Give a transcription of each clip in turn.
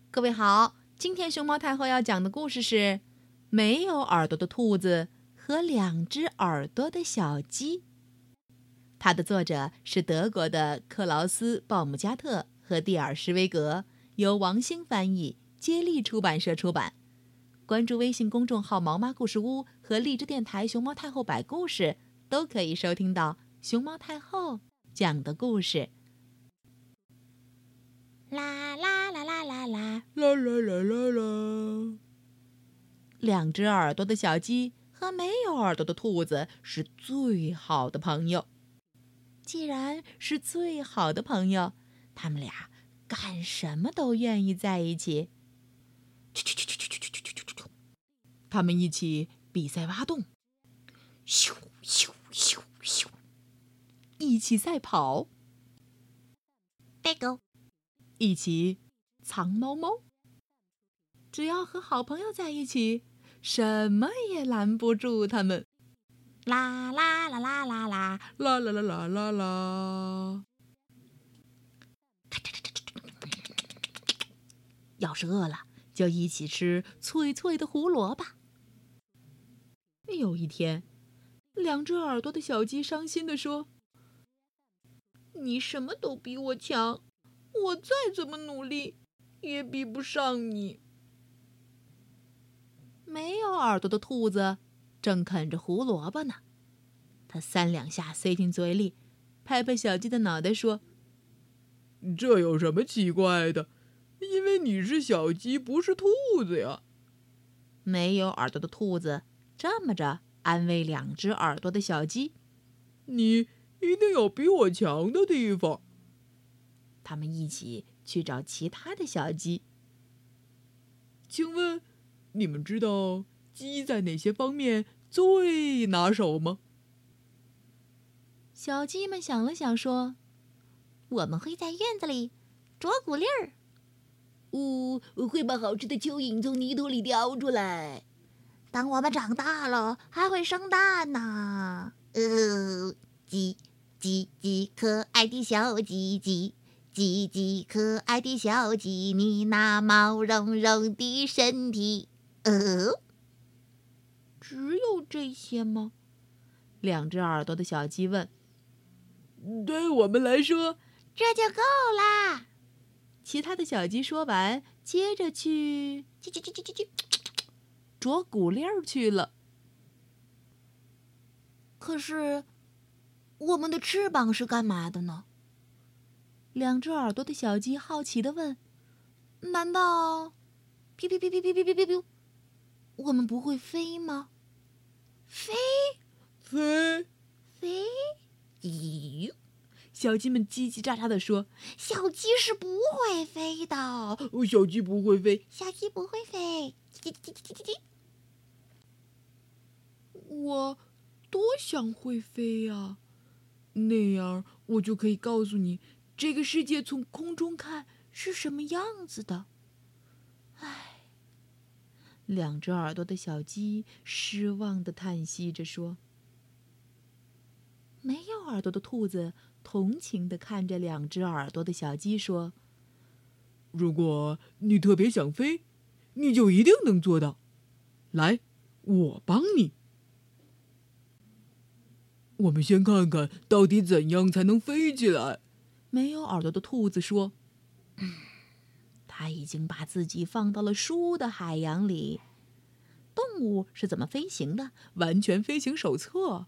各位好，今天熊猫太后要讲的故事是《没有耳朵的兔子和2只耳朵的小鸡》。它的作者是德国的克劳斯·鲍姆加特和蒂尔·施维格，由王兴翻译，接力出版社出版。关注微信公众号“毛妈故事屋”和荔枝电台“熊猫太后摆故事”，都可以收听到熊猫太后讲的故事。啦啦啦啦啦啦啦啦啦啦啦 ！2只耳朵的小鸡和没有耳朵的兔子是最好的朋友。既然是最好的朋友，他们俩干什么都愿意在一起。他们一起比赛挖洞，咻咻咻咻，一起赛跑， 带狗， 一起藏猫猫。只要和好朋友在一起，什么也拦不住他们。啦啦啦啦啦啦啦啦啦啦啦啦！ 要是饿了，就一起吃脆脆的胡萝卜。有一天，2只耳朵的小鸡伤心地说：“你什么都比我强，我再怎么努力，也比不上你。”没有耳朵的兔子正啃着胡萝卜呢，它3两下塞进嘴里，拍拍小鸡的脑袋说：“ 这有什么奇怪的？因为你是小鸡，不是兔子呀。” 没有耳朵的兔子这么着安慰2只耳朵的小鸡：“ 你一定有比我强的地方。” 他们一起去找其他的小鸡。 请问，你们知道鸡在哪些方面最拿手吗？ 小鸡们想了想说：“ 我们会在院子里啄谷粒儿， 会把好吃的蚯蚓从泥土里叼出来。 当我们长大了，还会生蛋呢。鸡，可爱的小鸡鸡，可爱的小鸡，你那毛茸茸的身体。” 只有这些吗？2只耳朵的小鸡问。 对我们来说， 这就够啦。 其他的小鸡说完，接着去啄谷粒儿去了。 可是，我们的翅膀是干嘛的呢 ？2只耳朵的小鸡好奇地问：“难道我们不会飞吗？” 飞？ 咦！小鸡们叽叽喳喳地说：“ 小鸡是不会飞的。 小鸡不会飞， 小鸡不会飞。 我多想会飞呀！那样我就可以告诉你，这个世界从空中看是什么样子的。 唉，2只耳朵的小鸡失望地叹息着说。没有耳朵的兔子同情地看着2只耳朵的小鸡说：“ 如果你特别想飞，你就一定能做到。来，我帮你。我们先看看到底怎样才能飞起来。” 没有耳朵的兔子说：“他已经把自己放到了书的海洋里。动物是怎么飞行的？完全飞行手册。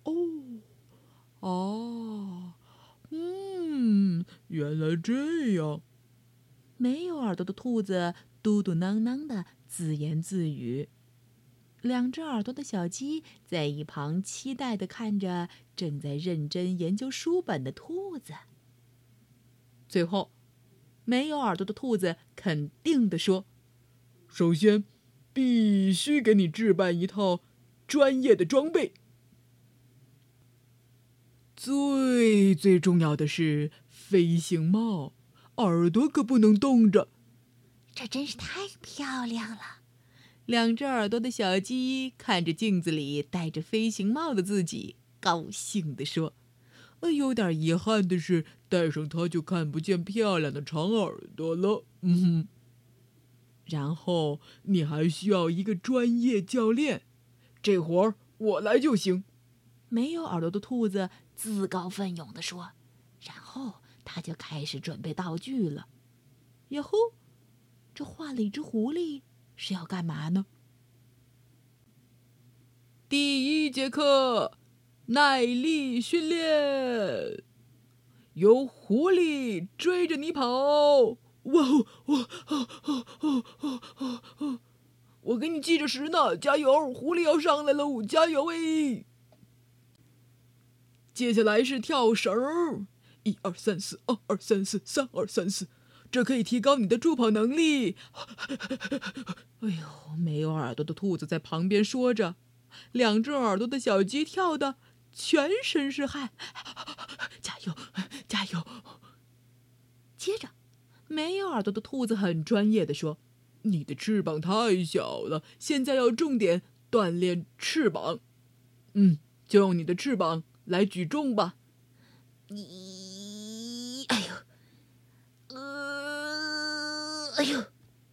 原来这样。” 没有耳朵的兔子嘟嘟囔囔地自言自语。2只耳朵的小鸡在一旁期待地看着正在认真研究书本的兔子。最后，没有耳朵的兔子肯定地说：“ 首先，必须给你置办一套专业的装备。最重要的是飞行帽，耳朵可不能动着。” 这真是太漂亮了。 2只耳朵的小鸡看着镜子里戴着飞行帽的自己，高兴地说：“ 有点遗憾的是，戴上它就看不见漂亮的长耳朵了。 然后你还需要一个专业教练，这活儿我来就行。 没有耳朵的兔子自告奋勇地说，然后他就开始准备道具了。哟吼，这画了一只狐狸是要干嘛呢？ 第1节课，耐力训练。有狐狸追着你跑，哇哦哦哦哦哦哦哦！我给你计着时呢，加油！狐狸要上来喽，加油哎！接下来是跳绳，1、2、3、4，2、2、3、4，3、2、3、4，这可以提高你的助跑能力。哎呦，没有耳朵的兔子在旁边说着，2只耳朵的小鸡跳得全身是汗，加油，加油！ 接着，没有耳朵的兔子很专业地说：“ 你的翅膀太小了，现在要重点锻炼翅膀。就用你的翅膀来举重吧。” 哎呦！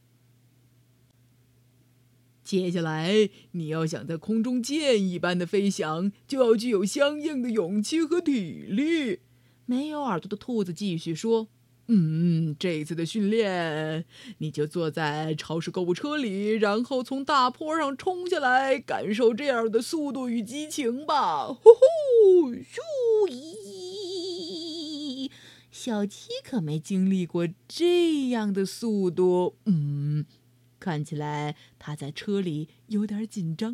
接下来，你要想在空中箭一般的飞翔，就要具有相应的勇气和体力。 没有耳朵的兔子继续说：“ 这一次的训练，你就坐在超市购物车里，然后从大坡上冲下来，感受这样的速度与激情吧！”呼呼，咻咦，小鸡可没经历过这样的速度，看起来他在车里有点紧张。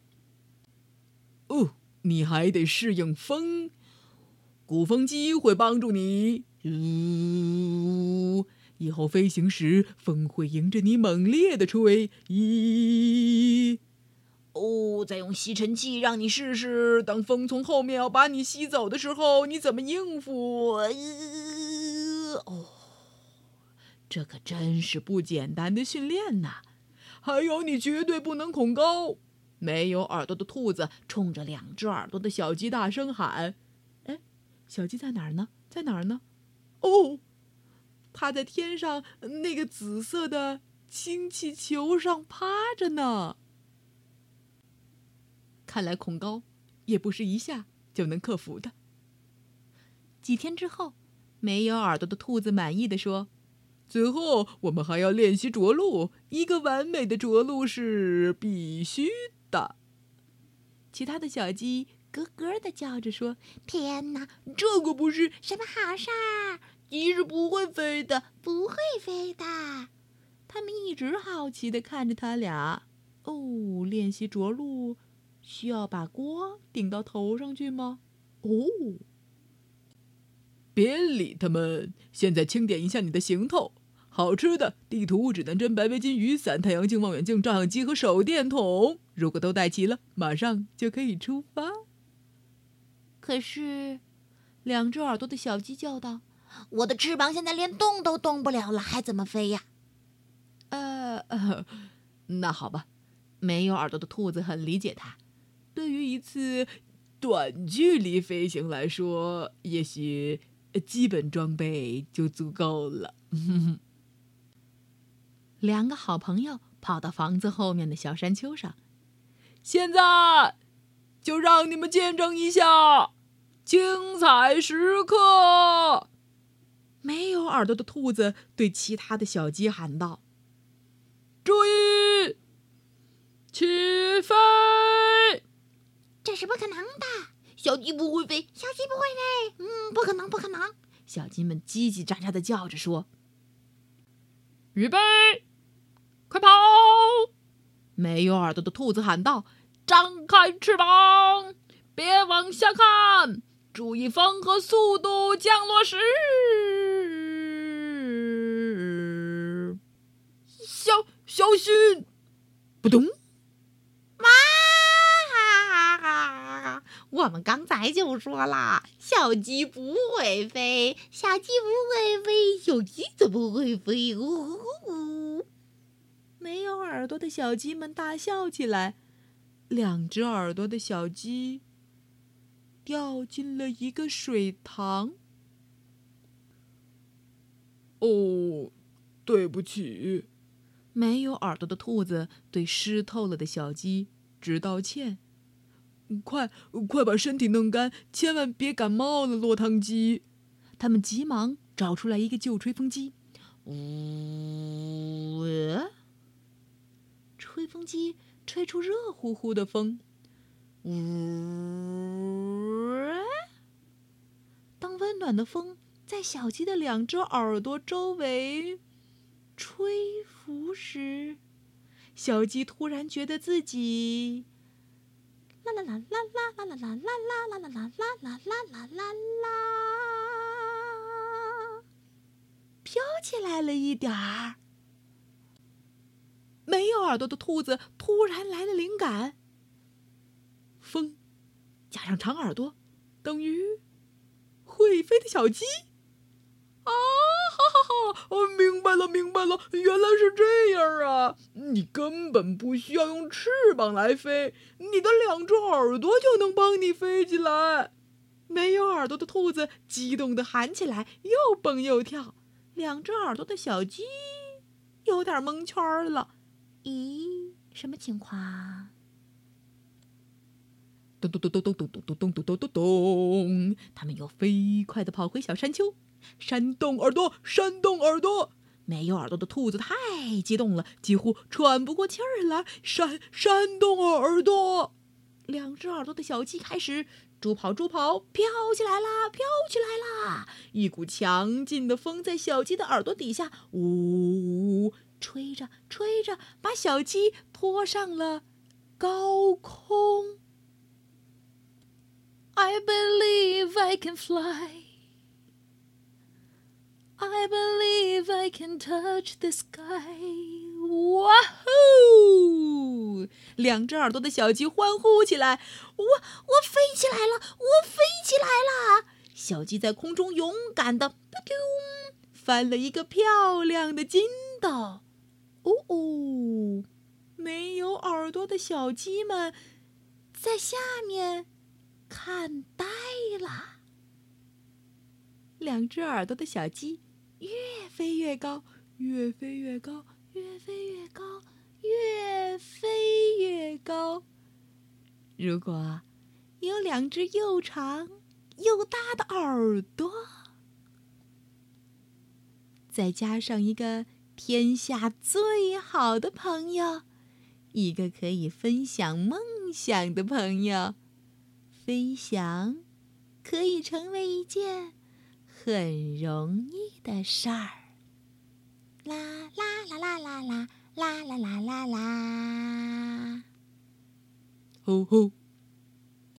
哦，你还得适应风，鼓风机会帮助你。以后飞行时，风会迎着你猛烈的吹。再用吸尘器让你试试，当风从后面要把你吸走的时候，你怎么应付？ 这可真是不简单的训练呐！ 还有，你绝对不能恐高。 没有耳朵的兔子冲着2只耳朵的小鸡大声喊：“哎，小鸡在哪儿呢？在哪儿呢？” 哦，它在天上那个紫色的氢气球上趴着呢。 看来恐高也不是一下就能克服的。几天之后，没有耳朵的兔子满意地说：“ 最后，我们还要练习着陆，一个完美的着陆是必须的。” 其他的小鸡咯咯地叫着说：“ 天哪， 这可不是什么好事儿！ 鸡是不会飞的， 不会飞的。” 他们一直好奇地看着他俩。练习着陆需要把锅顶到头上去吗？ 别理他们，现在清点一下你的行头。好吃的，地图、指南针、白围巾、雨伞、太阳镜、望远镜、照相机和手电筒。如果都带齐了，马上就可以出发。 可是，2只耳朵的小鸡叫道：“ 我的翅膀现在连动都动不了了，还怎么飞呀？” 那好吧。没有耳朵的兔子很理解它。 对于一次短距离飞行来说，也许基本装备就足够了。 2个好朋友跑到房子后面的小山丘上。 现在就让你们见证一下精彩时刻！ 没有耳朵的兔子对其他的小鸡喊道：“ 注意，起飞！” 这是不可能的， 小鸡不会飞， 小鸡不会飞，不可能，不可能！ 小鸡们叽叽喳喳地叫着说：“ 预备，快跑！” 没有耳朵的兔子喊道：“ 张开翅膀，别往下看，注意风和速度，降落时小心！扑通！ 我们刚才就说了，小鸡不会飞，小鸡不会飞，小鸡怎么会飞？呜呼呼！ 没有耳朵的小鸡们大笑起来。2只耳朵的小鸡掉进了一个水塘。 对不起， 没有耳朵的兔子对湿透了的小鸡直道歉：“快把身体弄干，千万别感冒了，落汤鸡。”他们急忙找出来一个旧吹风机。呜，吹风机吹出热乎乎的风。呜，当温暖的风在小鸡的2只耳朵周围吹拂时，小鸡突然觉得自己啦啦啦啦啦啦啦啦啦啦啦啦啦啦啦啦啦，飘起来了一点儿。没有耳朵的兔子突然来了灵感，风加上长耳朵等于会飞的小鸡。啊，哈哈哈！明白了，原来是这样啊！你根本不需要用翅膀来飞，你的2只耳朵就能帮你飞起来。没有耳朵的兔子激动地喊起来，又蹦又跳。2只耳朵的小鸡有点蒙圈了。 咦，什么情况？ 咚咚咚咚咚咚咚咚咚咚咚咚，他们又飞快地跑回小山丘。扇动耳朵，扇动耳朵！没有耳朵的兔子太激动了，几乎喘不过气儿来。扇动耳朵！2只耳朵的小鸡开始猪跑，飘起来啦！一股强劲的风在小鸡的耳朵底下，呜，吹着，把小鸡拖上了高空。I believe I can fly. I believe I can touch the sky. 哇呼！2只耳朵的小鸡欢呼起来。我飞起来了！小鸡在空中勇敢地翻了一个漂亮的筋斗。没有耳朵的小鸡们在下面看呆了。2只耳朵的小鸡越飞越高，越飞越高。如果有2只又长又大的耳朵，再加上一个天下最好的朋友，一个可以分享梦想的朋友，飞翔可以成为一件很容易的事儿。 啦啦啦啦啦啦啦啦啦啦啦。 吼吼。